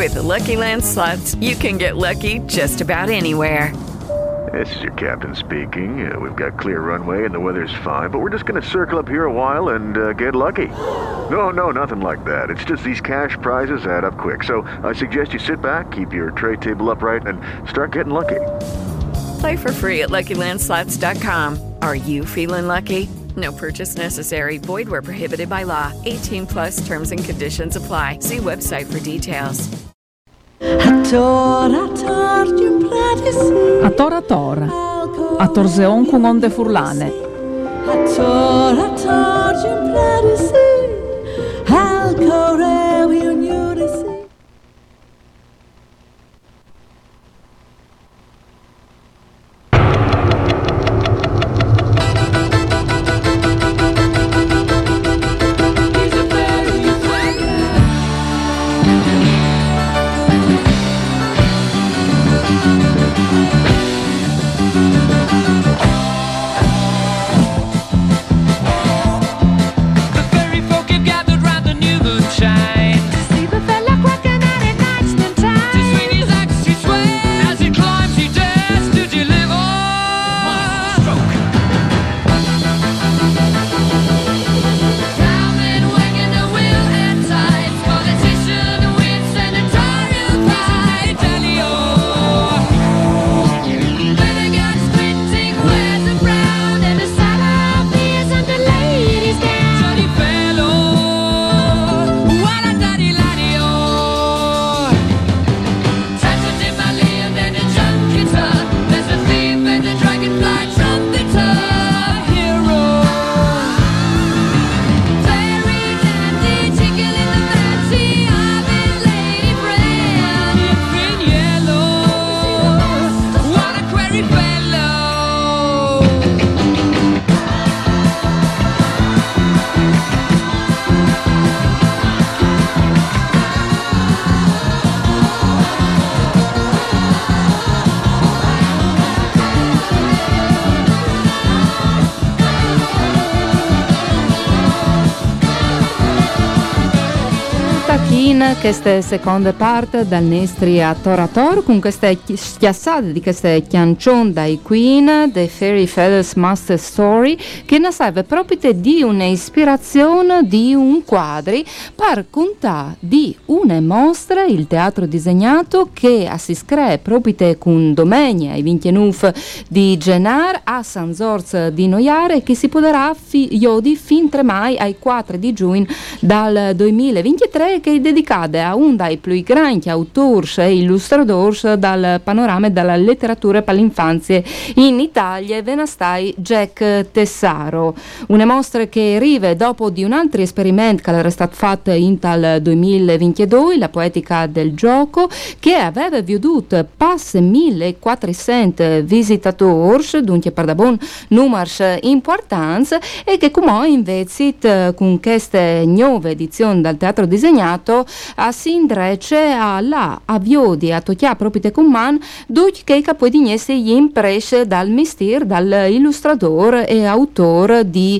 With the Lucky Land Slots, you can get lucky just about anywhere. This is your captain speaking. We've got clear runway and the weather's fine, but we're just going to circle up here a while and get lucky. No, nothing like that. It's just these cash prizes add up quick. So I suggest you sit back, keep your tray table upright, and start getting lucky. Play for free at LuckyLandSlots.com. Are you feeling lucky? No purchase necessary. Void where prohibited by law. 18 plus terms and conditions apply. See website for details. A tor, a torseon con onde furlane. Queste seconde parte dal Nestri a Tor con queste schiassate di queste chiancion dai Queen The Fairy Fellows Master Story, che ne serve proprio di un'ispirazione di un quadri per contare di una mostra il teatro disegnato che si screa proprio con domenica ai 29 di gennaio a San Zorz di Noiare, che si potrà iodi fin 3 mai ai 4 di giugno dal 2023, che è dedicato a un dei più grandi autori e illustratori dal panorama della letteratura per l'infanzia in Italia, venastai Jack Tessaro. Una mostra che arriva dopo di un altro esperimento che era stato fatto in tal 2022, la poetica del gioco, che aveva veduto passe 1400 visitatori, dunque per da buon numero importanza, e che come invece con queste nuove edizioni dal teatro disegnato si indrece alla avviodi a toccare proprio con man due che poi di niente gli imprese dal mestiere, dal illustratore e autore di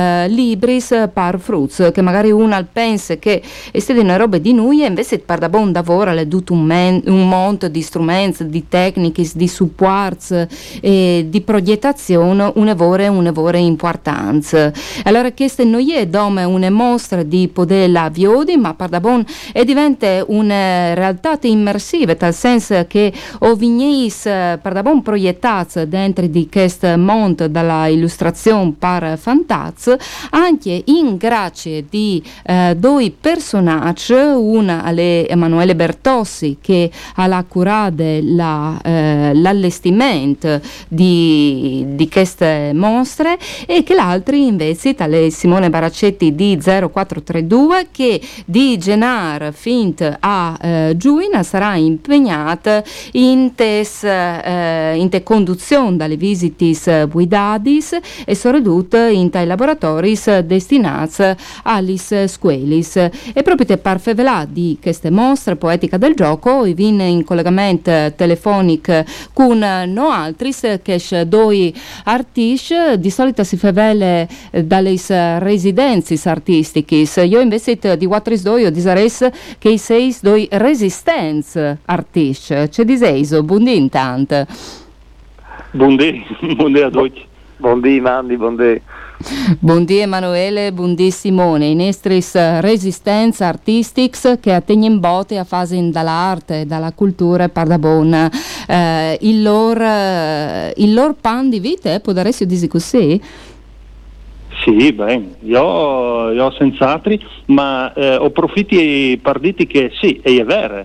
libris par fruits, che magari uno pensa che è stata una roba di noi, e invece per da buon lavoro è tutto un monte di strumenti, di tecniche, di supports e di progettazione un'evore importanza. Allora questa non è come una mostra di poter la avviodi, ma per da buon e diventa una realtà immersiva, tal senso che o vignis per da buon proiettata dentro di questo mondo dalla illustrazione per fantaz, anche in grazie di due personaggi, una è Emanuele Bertossi, che ha la cura dell'allestimento di queste mostre, e che l'altri invece tale Simone Baraccetti di 0432, che di gennaio fint a giugno sarà impegnata in te conduzione dalle visitis guidadis e soprattutto in tai laboratoris destinati alle scuolis. E proprio per fevelà di queste mostre poetica del gioco viene in collegamento telefonico con no altris che due artisti di solito si fevele dalle residenze artistiche. Io invece di quattro doi di Des che i sei doi Resistance artisti. C'è diseiso, buondì intanto. Buondì a tutti. Buondì Mandi, buondì. Buondì Emanuele, buondì Simone, in estris Resistance Artistics che attengono in botte a fase dall'arte, dalla cultura e pardabon. Il loro pan di vita, può darsi di così? Sì, bene, io senz'altro, ma ho profitti partiti che sì, è vero.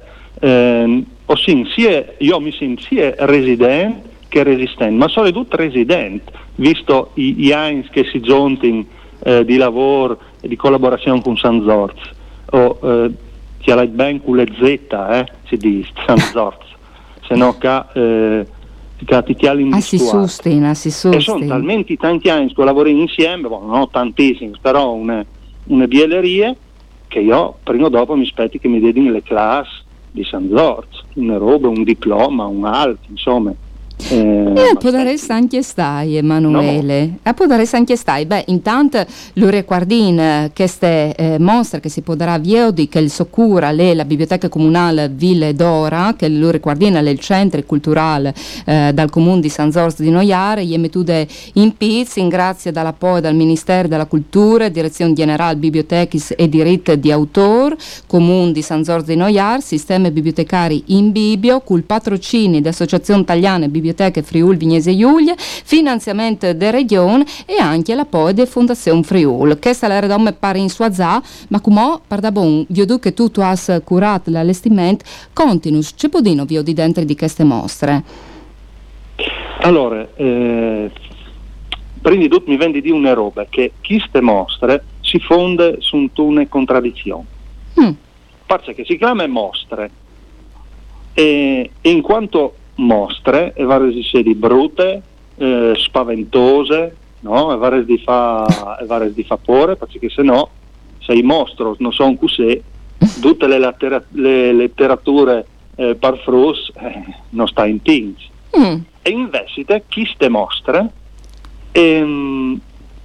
Io mi sento sia residente che resistente, ma soprattutto residente, visto gli anni che si giunti di lavoro e di collaborazione con San Zorz, ti hai ben con le Z, si dice, San Zorz, se no ti tiali in si sustina. E sono talmente tanti anni che lavoriamo insieme, non ho tantissimi, però una bielleria che io prima o dopo mi aspetti che mi dedichi le classi di San Zorz, una roba, un diploma, un altro, insomma. Può dare anche stai Emanuele, può dare anche stai. Beh, intanto lo riguardin queste mostre che si può dare a Viodi, che il Socura la biblioteca comunale Ville d'Ora, che lo riguardin il centro culturale dal comune di San Zorz di Noiare, gli mettude in Piz, in grazia dalla POE dal Ministero della Cultura, Direzione Generale Bibliotechis e Diritto di Autor, comune di San Zorz di Noiare, sistemi bibliotecari in Bibio, col patrocinio dell'Associazione Italiana Biblioteche Friuli Vignese Giulia, finanziamento de Regione e anche la POE de Fondazione Friuli. Questa la redome pare in sua za, ma come pardabon, vedo che tu has curato l'allestimento, continuus, c'è podino vi di dentro di queste mostre? Allora, prima di tutto mi vendi di una roba, che queste mostre si fonde su una contraddizione. Perché che si chiama mostre, e in quanto mostre e varie di brutte, spaventose, no? E varie di fa paura, perché se no, se i mostri non sono così, tutte le letterature par frus non sta in pins. E invece queste mostre e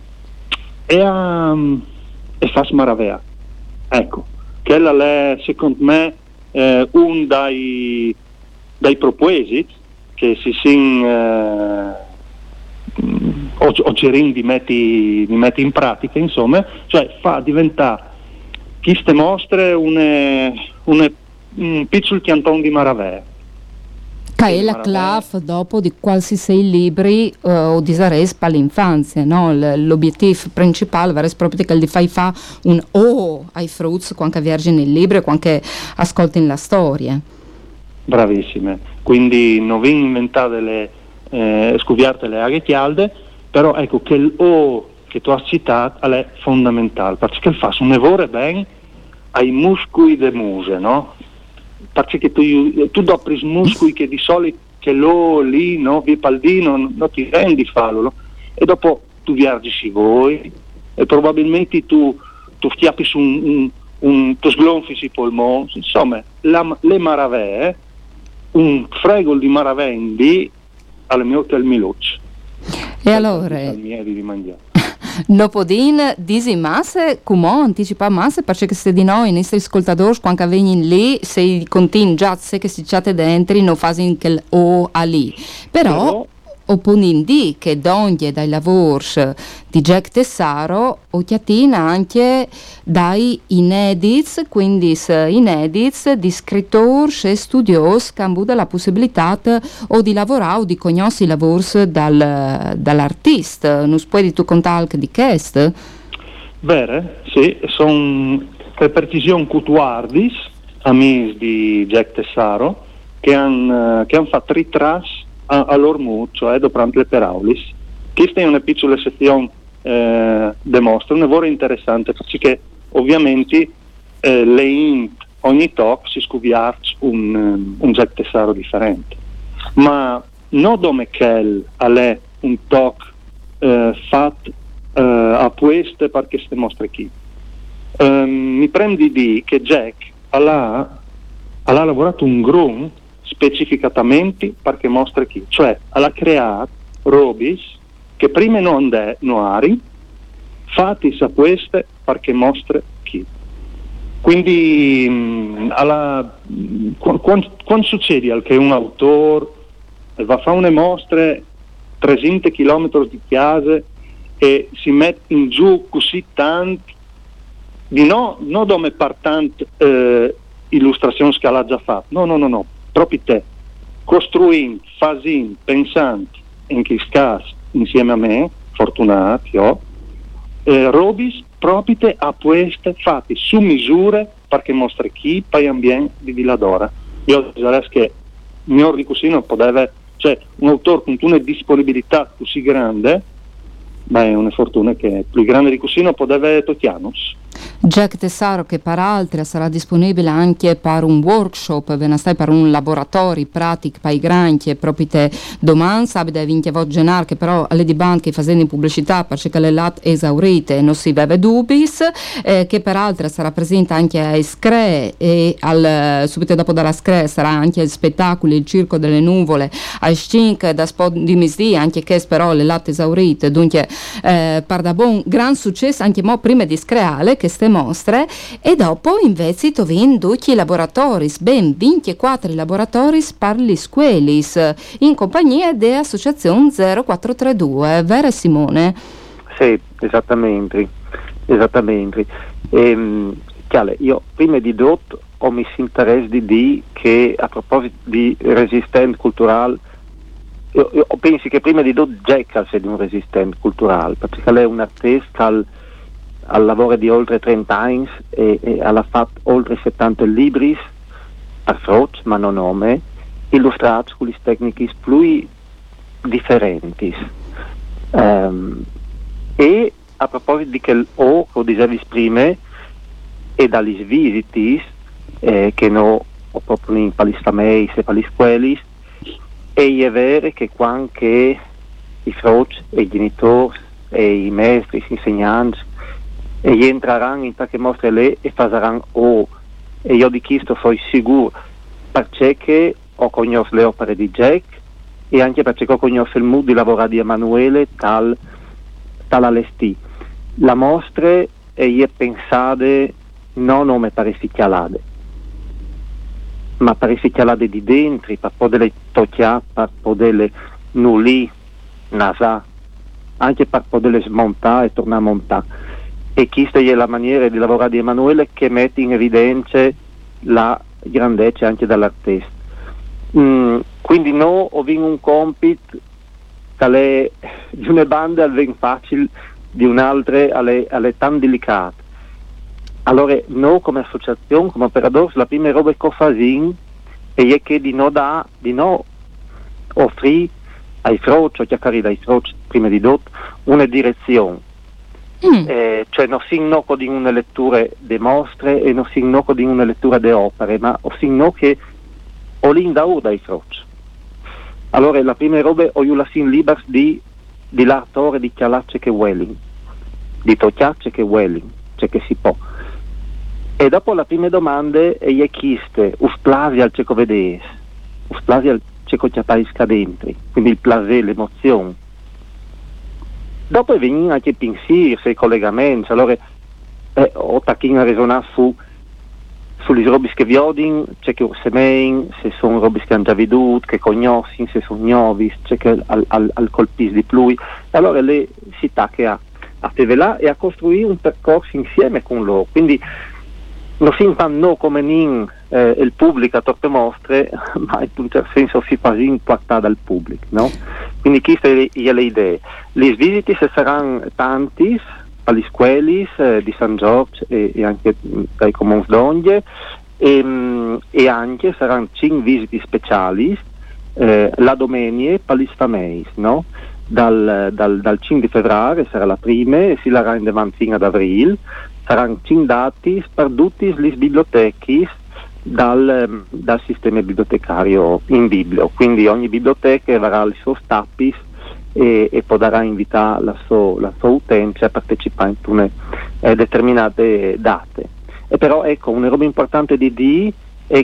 fa smaravea. Ecco, quella è secondo me un dai propositi che si oggerin di metti in pratica, insomma, cioè fa diventare queste mostre un piccolo canton di maravè. Che è la clave dopo di qualsiasi libri o di sares per l'infanzia, no? L'obiettivo principale è proprio che di fai un ai fruits quando vergi nel libro e quando ascolti la storia. Bravissime, quindi non vi inventate le scuviarte le aghe chialde, però ecco che l'O che tu hai citato è fondamentale, perché fa un evore ben ai muscoli de muse, no? Perché tu dopo i muscoli che di solito che l'O lì, no? Vi paldino, non ti rendi fallo, e dopo tu viaggi voi e probabilmente tu schiappi su tu sgonfi i polmoni, insomma, le maravè, un fregol di maravendi alle mie al Milucci. E allora Nopodin disi masse come anticipa masse perché se di noi i nostri ascoltatori quando vengono lì se continui già se che si ciate dentro non fanno che o a lì però opponin di che donne dai lavori di Jack Tessaro o chiatina anche dai inedits, quindi inedits di scrittori e studiosi che hanno la possibilità o di lavorare o di conoscere i lavori dall'artista. Non puoi tu contare anche di questo? Vero, sì, sono per precisione cutuardis, amici di Jack Tessaro, che hanno fatto ritras a loro mood, cioè durante le peraulis. Questa è una piccola sezione demostra un lavoro interessante perché ovviamente ogni talk si scuviarci un Jack Tessaro differente, ma non come quel è un talk fatto a queste perché si mostra qui. Mi prendo di dire che Jack ha lavorato un grum specificatamente perché mostra chi, cioè ha creato robis che prima non ari fatti a queste perché mostra chi. Quindi quando succede che un autore va a fare une mostre 300 km di casa e si mette in giù così tanto di no dove partante illustrazioni che l'ha già fatto, no, proprio te costruendo, facendo, pensando in questo caso insieme a me, fortunati robis proprio a queste fatte su misure perché mostra chi poi ambiente di Villadora. Io direi che miglior di così non poteva, cioè un autore con una disponibilità così grande, è una fortuna che più grande di così non poteva tocchiarnos. Jack Tessaro, che peraltro sarà disponibile anche per un workshop, per un laboratorio pratico per i granchi e proprio domani, sabato 20 genar, che però alle di banche facendo in pubblicità perché le lat esaurite e non si beve dubis, che peraltro sarà presente anche a Scre e subito dopo dalla Scre sarà anche il spettacolo Il Circo delle Nuvole a Scink da spot di misdì, anche che però le latte esaurite, dunque par da buon gran successo anche prima di Screale che ste mostre, e dopo invece tovin tutti i laboratori, ben 24 laboratori per gli scuelis in compagnia dell'associazione 0432, vero Simone? Sì, esattamente. Io prima di tutto ho messo interesse di dire che a proposito di resistente culturale, io penso che prima di tutto Jekyll sia di un resistente culturale, perché lei è un artista al lavoro di oltre 30 anni e ha fatto oltre 70 libri a Froch, ma non nome, illustrati con le tecniche più differenti. E a proposito di che come dicevi prima, e dalle visite che noi proprio per le famiglie e per le scuole, e è vero che quando i Froch e i genitori e i maestri, gli insegnanti e entreranno in qualche mostra lì e faranno e io di questo sono sicuro perché ho conosciuto le opere di Jack e anche perché ho conosciuto il modo di lavorare di Emanuele dall'allestì. La mostra è pensata non come per efficaciare, ma per efficaciare di dentro, per poterle toccare, per poterle nullire, nasare, anche per poterle smontare e tornare a montare. E questa è la maniera di lavorare di Emanuele che mette in evidenza la grandezza anche dell'artista. Quindi noi abbiamo un compito che di una banda è ben facile, di un'altra è tan delicato. Allora noi come associazione, come operatore, la prima roba che facciamo è che di no offrire ai Froch, o chiacchiere dai Froch prima di tutto, una direzione. Cioè non si innoco di una lettura di mostre e non si innoco di una lettura di opere, ma si innoco che ho l'indaur dai Froch. Allora la prima roba ho io la sin libers di l'artore di chialacce che welling, di tocchiacce che welling, cioè che si può. E dopo la prima domanda è chiste, usplasi al ceco vedes, usplasi al ceco chiapaisca dentro, quindi il plaser, l'emozione. Dopo vengono anche i pensieri, i collegamenti, allora ho tacchino a risuonare sulle robe che vedono, c'è che orsemen, se sono robe che hanno già veduto, che conoscono, se sono nuovi, c'è che al colpis di più. Allora lei si tacca a tevelare e a costruire un percorso insieme con loro. Quindi non si impanno come il pubblico a torpe mostre, ma in un certo senso si fa impactare dal pubblico, no? Quindi questa è l'idea. Le visite saranno tanti alle scuole di San Giorgio e anche dai comuni d'Onghie e anche saranno 5 visite speciali la domenica per le famiglie, no? Dal 5 di febbraio sarà la prima e si la rende fino ad aprile. Saranno 5 dati per tutte le biblioteche dal sistema bibliotecario in biblio, quindi ogni biblioteca avrà il suo stappis e potrà invitare la sua utenza a partecipare in determinate date. E però ecco, una roba importante di dire è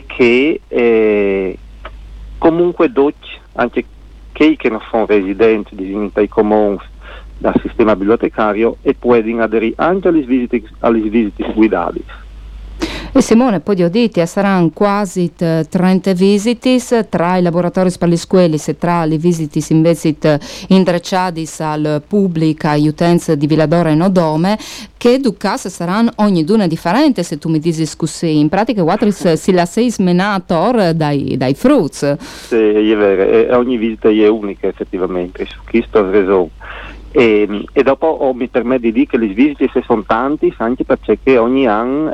che comunque anche chi che non sono residenti di Unità Comuni dal sistema bibliotecario e possono aderire anche alle visite guidate. E Simone, poi uditi, saranno quasi 30 visite tra i laboratori per le scuole e tra le visite invece indrecciate al pubblico e utenze di Villadora e Nodome, che educase saranno ogni duna differente, se tu mi dici così. In pratica, si la sei smenator dai fruits. Sì, è vero, e ogni visita è unica effettivamente, su questo reso. E dopo mi permette di dire che le visite se sono tanti, anche perché ogni anno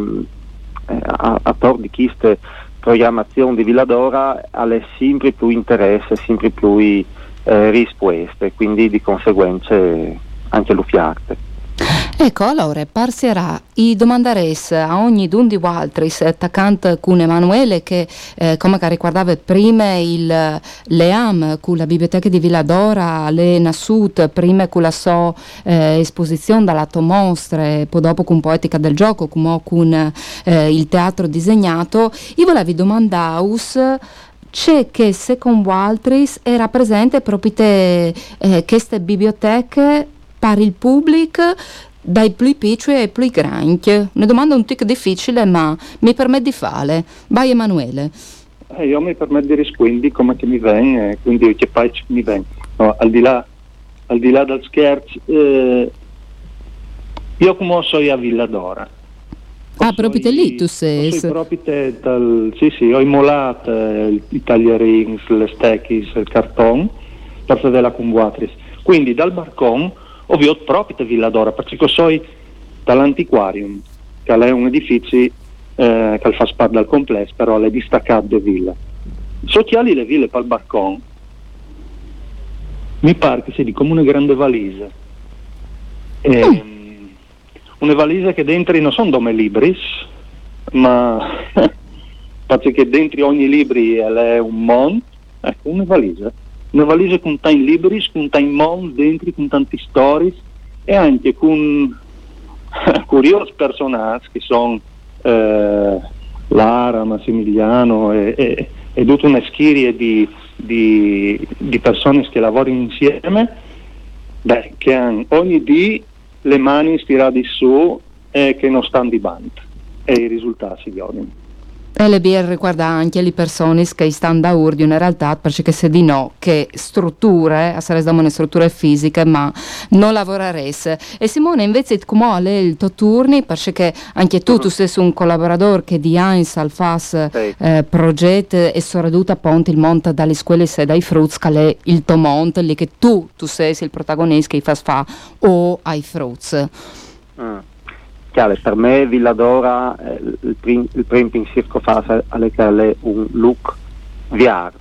a tor di queste programmazioni di Villadora ha sempre più interesse, sempre più risposte, quindi di conseguenza anche l'uffiarte. Ecco, allora parserà i domandares a ogni d'un di Waltris attaccante con Emanuele che come che riguardava prima l'EAM con la biblioteca di Villadora, le Nassut, prima con la sua esposizione da lato mostre, poi dopo con Poetica del Gioco, come con il teatro disegnato. Io volevo domandaus c'è che secondo Waltris era presente proprio queste biblioteche per il pubblico dai più piccoli ai più grandi. Una domanda un tic difficile, ma mi permette di fare. Vai Emanuele. Io mi permetto di rispondere come che mi viene, quindi che poi mi viene. No, al di là dal scherzo, io come so a Villadora. Proprio lì tu sei? Proprio sì, ho immolato i taglierini, le stecchi, il cartone per fare la combatris. Quindi dal balcone ho visto proprio Villadora, perché so dall'antiquarium, che è un edificio che fa parte del complesso, però è distaccato da villa. So che le ville per il balcone, mi pare che sia di come una grande valise. Una valise che dentro non sono come libri, ma perché dentro ogni libro è un mondo, ecco, una valise con tanti libri, con tanti mondi dentro, con tante storie e anche con curiosi personaggi che sono Lara, Massimiliano e tutta una schiera di persone che lavorano insieme, che hanno ogni dì le mani stirate su e che non stanno di band e i risultati si vedono. E le BR riguarda anche le persone che stanno da urdio in realtà, perché se di no che strutture, sarebbe da una strutture fisiche, ma non lavoraresse. E Simone invece come ha il tuo turni, perché anche tu sei un collaboratore che di Ainsal fas progetto e soprattutto appunto il monte dalle scuole e dai fruits, che è il tuo monte, lì che tu sei il protagonista che fa o ai fruits. Chiaro, per me Villadora il primo pensiero che fa è un look di arte.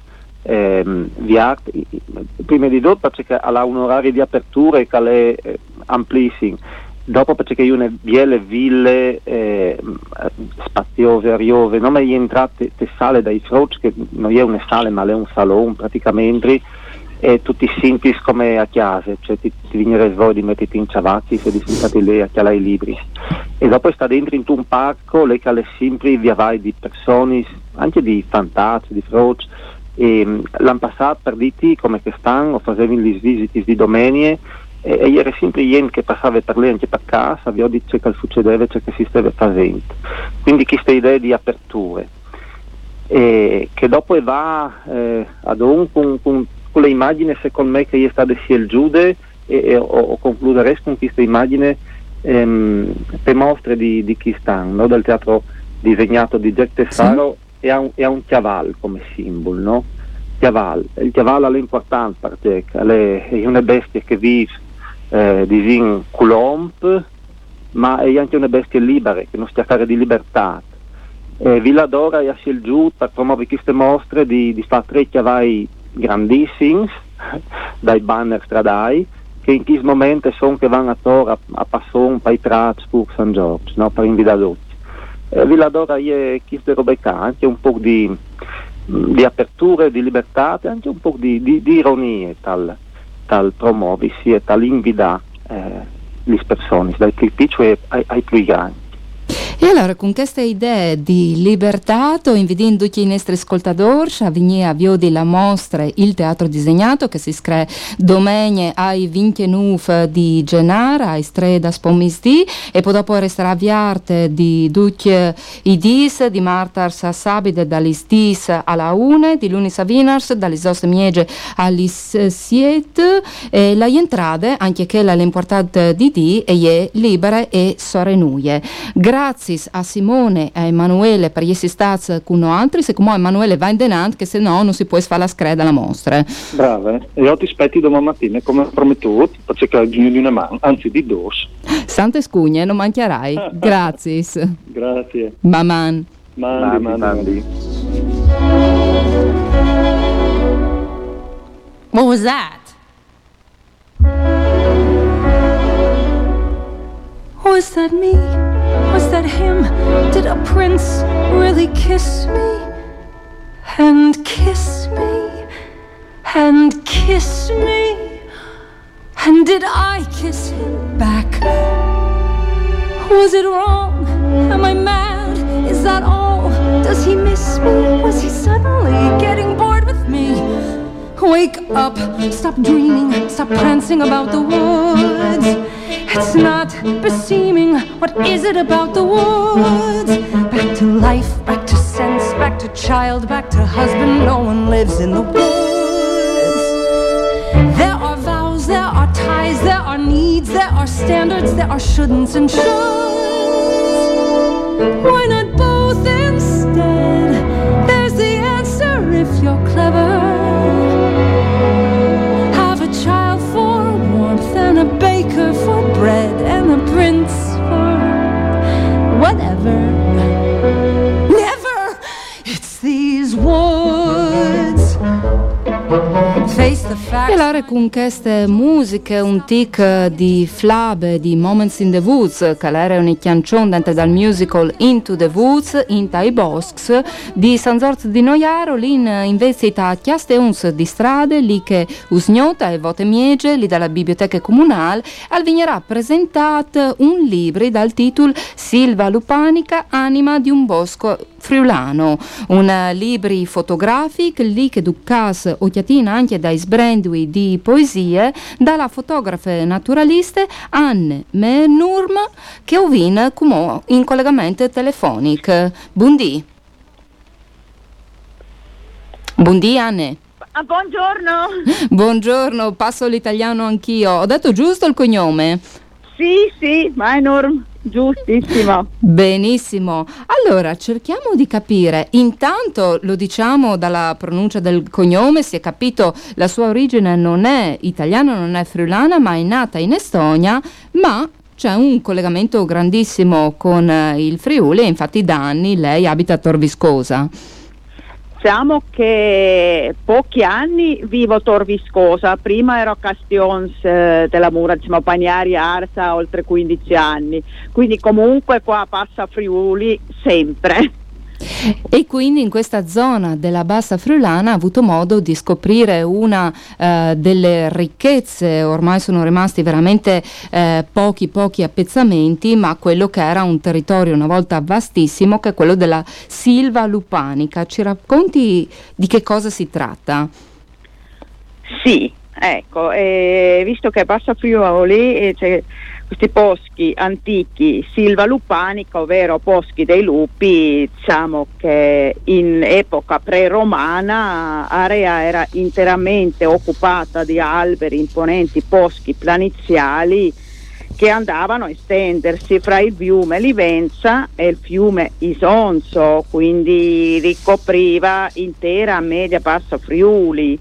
Prima di tutto perché ha un orario di apertura che è amplissimo, dopo perché io ne le ville spaziose, ariose, non mi entrate te sale dai frutti, che non è una sala ma è un salone praticamente, e tutti sinti come a chiase, cioè ti viene voi di metterti in ciavacchi se di sentati lì a chialare i libri, e dopo sta dentro in un parco lei che le sempre via vai di persone anche di fantazzi, di frutti, e l'anno passato per dirti come che stanno o facevano le visite di domenica e era sempre gente che passava per lì anche per casa, vi ho detto che succedeva, ciò che si stava facendo, quindi questa idea di aperture che dopo va ad un con le immagini secondo me che è stata sia il Giude e concluderei con questa immagine per mostre di chi stanno, no? Del teatro disegnato di Jack Tessaro, sì. e ha un cavallo come simbolo, no? Il cavallo è importante perché è una bestia che vive di culomp, ma è anche una bestia libera che non sta a fare di libertà. Villadora è a il giù per promuovere queste mostre di fare 3 cavalli grandissimi dai banner stradali che in questo momento sono che vanno a Passon, per i tracci, per San Giorgio, no? Per invitare tutti. Villadora è queste robe qua, anche un po' di apertura, di libertà, anche un po' di ironia tal promuoversi e tal invitare le persone, dai più piccoli ai più grandi. E allora, con queste idee di libertà, invito tutti i nostri ascoltatori a venire a vedere la mostra Il Teatro Disegnato, che si scrive domenica ai 29 di gennaio, ai 3 da spommisdì, e poi dopo resterà avviate di tutti i dis, di martars a sabide, dalle 10 alla 1, di lunis a vinars, dalle 8 miege alle 7, e la entrate, anche che l'importante di D, è libere e sorenuie. Grazie a Simone e a Emanuele per essere stati con noi altri, se come Emanuele va in denant, che se no non si può fare la screda alla mostra. Brave, e io ti aspetti domani mattina come promettuto, perché di una mano, anzi di dos. Sante scugne, non mancherai. Grazie. Grazie. Maman. Mandi. What was that? Was that me? Was that him? Did a prince really kiss me? And kiss me? And kiss me? And did I kiss him back? Was it wrong? Am I mad? Is that all? Does he miss me? Was he suddenly getting bored with me? Wake up, stop dreaming, stop prancing about the woods. It's not beseeming, what is it about the woods? Back to life, back to sense, back to child, back to husband, no one lives in the woods. There are vows, there are ties, there are needs, there are standards, there are shouldn'ts and shoulds. Why not both instead? There's the answer if you're clever. Have a child for warmth and a baker for bread and a prince for whatever. Never! It's these woods. Face the facts. E allora con queste musiche un tic di Flab, di Moments in the Woods, che era un canzone dentro dal musical Into the Woods, Into i Bosks, di San Zorzo di Noiaro, lì invece a chiaste uns di strade, lì che usgnota e vote miege, lì dalla biblioteca comunale, al vignerà presentato un libro dal titolo Silva Lupanica, anima di un bosco friulano, un libri fotografico lì che duccas occhiatina anche dai sbrandui di poesie dalla fotografe naturaliste Anne Menurm, che ovina come in collegamento telefonico. Buondì Anne. Buongiorno. Buongiorno, passo l'italiano anch'io. Ho detto giusto il cognome? Sì, Menurm, giustissimo. Benissimo. Allora, cerchiamo di capire. Intanto, lo diciamo dalla pronuncia del cognome, si è capito la sua origine non è italiana, non è friulana, ma è nata in Estonia, ma c'è un collegamento grandissimo con il Friuli e infatti da anni lei abita a Tor Viscosa. Diciamo che pochi anni vivo a Tor Viscosa, prima ero a Castions della Mura, diciamo Pagnari, Arsa, oltre 15 anni, quindi comunque qua passa Friuli sempre. E quindi in questa zona della Bassa Friulana ha avuto modo di scoprire una delle ricchezze, ormai sono rimasti veramente pochi appezzamenti, ma quello che era un territorio una volta vastissimo, che è quello della Silva Lupanica. Ci racconti di che cosa si tratta? Sì, ecco, visto che Bassa Friuli c'è questi boschi antichi Silva Lupanica, ovvero boschi dei lupi, diciamo che in epoca pre-romana l'area era interamente occupata di alberi, imponenti boschi planiziali che andavano a estendersi fra il fiume Livenza e il fiume Isonzo, quindi ricopriva intera media Bassa Friuli.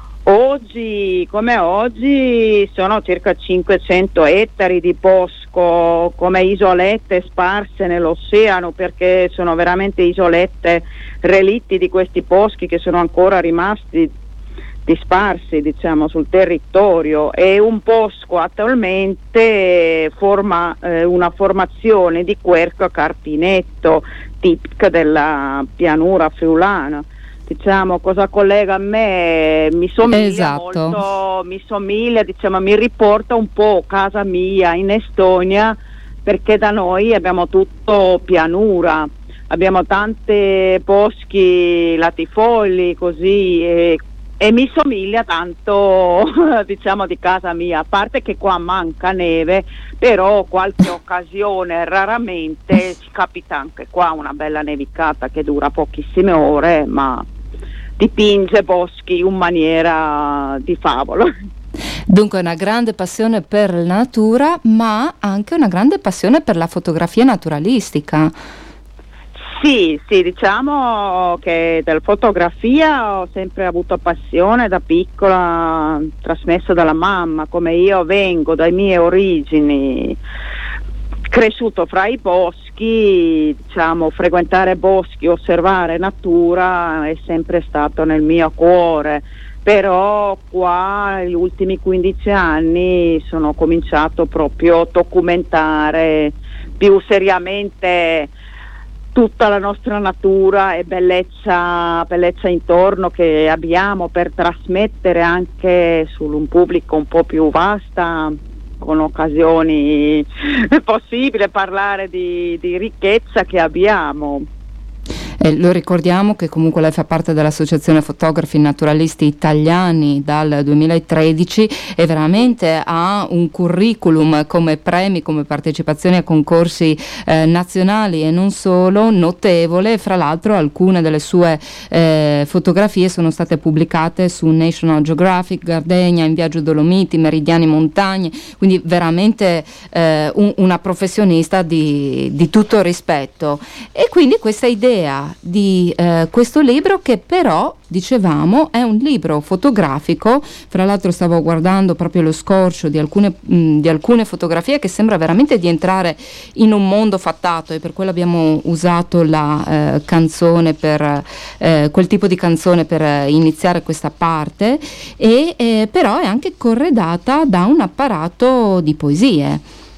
Oggi, come oggi, sono circa 500 ettari di bosco come isolette sparse nell'oceano, perché sono veramente isolette, relitti di questi boschi che sono ancora rimasti disparsi, diciamo, sul territorio. E un bosco attualmente forma una formazione di querco a carpinetto tipica della pianura friulana. Diciamo, cosa collega a me mi somiglia, esatto, molto, mi somiglia, diciamo, mi riporta un po' casa mia in Estonia, perché da noi abbiamo tutto pianura, abbiamo tante boschi latifogli così, e mi somiglia tanto diciamo di casa mia, a parte che qua manca neve, però qualche occasione raramente ci capita anche qua una bella nevicata che dura pochissime ore, ma dipinge boschi in maniera di favola. Dunque una grande passione per la natura, ma anche una grande passione per la fotografia naturalistica. Sì, diciamo che della fotografia ho sempre avuto passione da piccola, trasmessa dalla mamma, come io vengo dai miei origini, cresciuto fra i boschi, diciamo, frequentare boschi, osservare natura è sempre stato nel mio cuore. Però qua negli ultimi 15 anni sono cominciato proprio a documentare più seriamente tutta la nostra natura e bellezza intorno che abbiamo, per trasmettere anche su un pubblico un po' più vasta, con occasioni possibile parlare di ricchezza che abbiamo. Lo ricordiamo che comunque lei fa parte dell'Associazione Fotografi Naturalisti Italiani dal 2013 e veramente ha un curriculum come premi, come partecipazioni a concorsi nazionali e non solo, notevole. Fra l'altro alcune delle sue fotografie sono state pubblicate su National Geographic, Gardenia, In viaggio Dolomiti, Meridiani Montagne, quindi veramente una professionista di tutto rispetto. E quindi questa idea di questo libro, che però dicevamo è un libro fotografico. Fra l'altro stavo guardando proprio lo scorcio di alcune fotografie, che sembra veramente di entrare in un mondo fattato, e per quello abbiamo usato la canzone, per quel tipo di canzone per iniziare questa parte, e però è anche corredata da un apparato di poesie.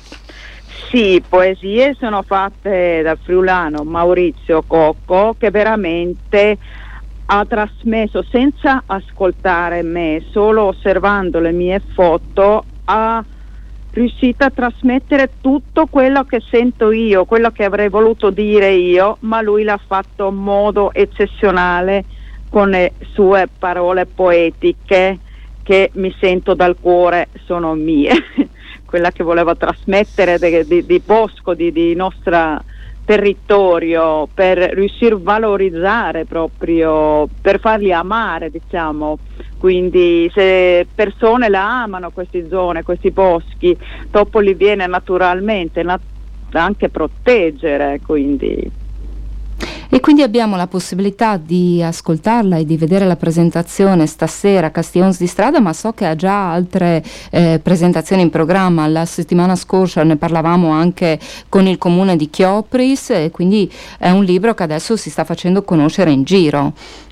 Sì, poesie sono fatte dal friulano Maurizio Cocco, che veramente ha trasmesso, senza ascoltare me, solo osservando le mie foto, ha riuscito a trasmettere tutto quello che sento io, quello che avrei voluto dire io, ma lui l'ha fatto in modo eccezionale con le sue parole poetiche che mi sento dal cuore, sono mie. Quella che voleva trasmettere di bosco, di nostro territorio, per riuscire a valorizzare proprio, per farli amare, diciamo. Quindi se persone la amano queste zone, questi boschi, dopo li viene naturalmente anche proteggere, quindi. E quindi abbiamo la possibilità di ascoltarla e di vedere la presentazione stasera a Castiglions di Strada, ma so che ha già altre presentazioni in programma. La settimana scorsa ne parlavamo anche con il comune di Chiopris, e quindi è un libro che adesso si sta facendo conoscere in giro.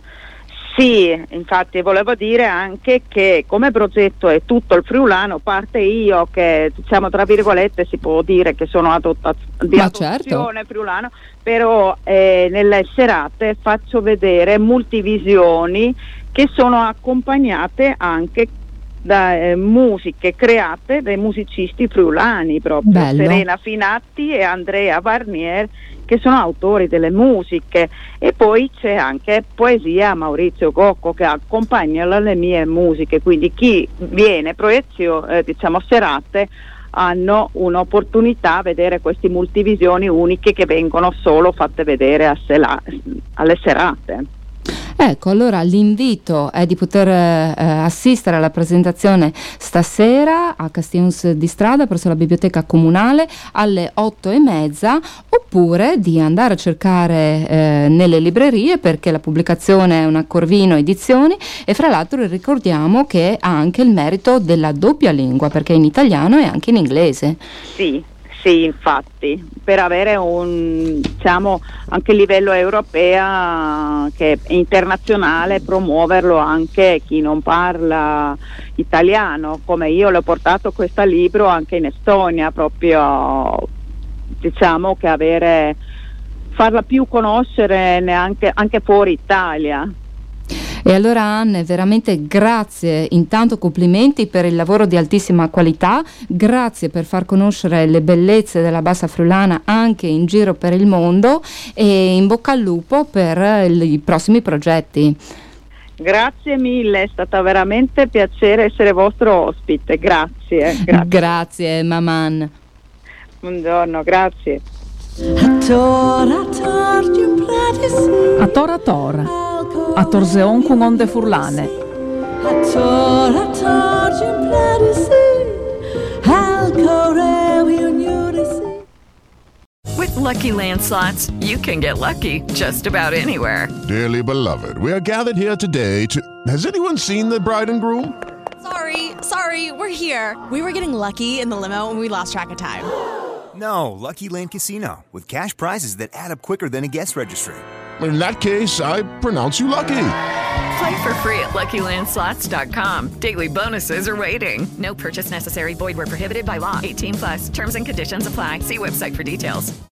Sì, infatti volevo dire anche che come progetto è tutto il friulano, parte io che, diciamo, tra virgolette si può dire che sono di adozione friulano, però nelle serate faccio vedere multivisioni che sono accompagnate anche da musiche create dai musicisti friulani proprio. Bello. Serena Finatti e Andrea Varnier, che sono autori delle musiche, e poi c'è anche poesia Maurizio Cocco che accompagna le mie musiche, quindi chi viene diciamo serate hanno un'opportunità a vedere queste multivisioni uniche che vengono solo fatte vedere alle serate. Ecco, allora l'invito è di poter assistere alla presentazione stasera a Castiglions di Strada presso la biblioteca comunale alle 8:30, oppure di andare a cercare nelle librerie, perché la pubblicazione è una Corvino Edizioni, e fra l'altro ricordiamo che ha anche il merito della doppia lingua, perché è in italiano e anche in inglese. Sì, infatti, per avere diciamo, anche a livello europeo, che è internazionale, promuoverlo anche chi non parla italiano, come io l'ho portato questo libro anche in Estonia, proprio, diciamo, che farla più conoscere anche fuori Italia. E allora Anne, veramente grazie, intanto complimenti per il lavoro di altissima qualità, grazie per far conoscere le bellezze della Bassa Friulana anche in giro per il mondo e in bocca al lupo per i prossimi progetti. Grazie mille, è stata veramente piacere essere vostro ospite, grazie. Grazie Maman. Buongiorno, grazie. A tor, a Torseon con onde furlane. With Lucky Land Slots, you can get lucky just about anywhere. Dearly beloved, we are gathered here today to... Has anyone seen the bride and groom? Sorry, we're here. We were getting lucky in the limo and we lost track of time. No, Lucky Land Casino, with cash prizes that add up quicker than a guest registry. In that case, I pronounce you lucky. Play for free at LuckyLandSlots.com. Daily bonuses are waiting. No purchase necessary. Void where prohibited by law. 18+. Terms and conditions apply. See website for details.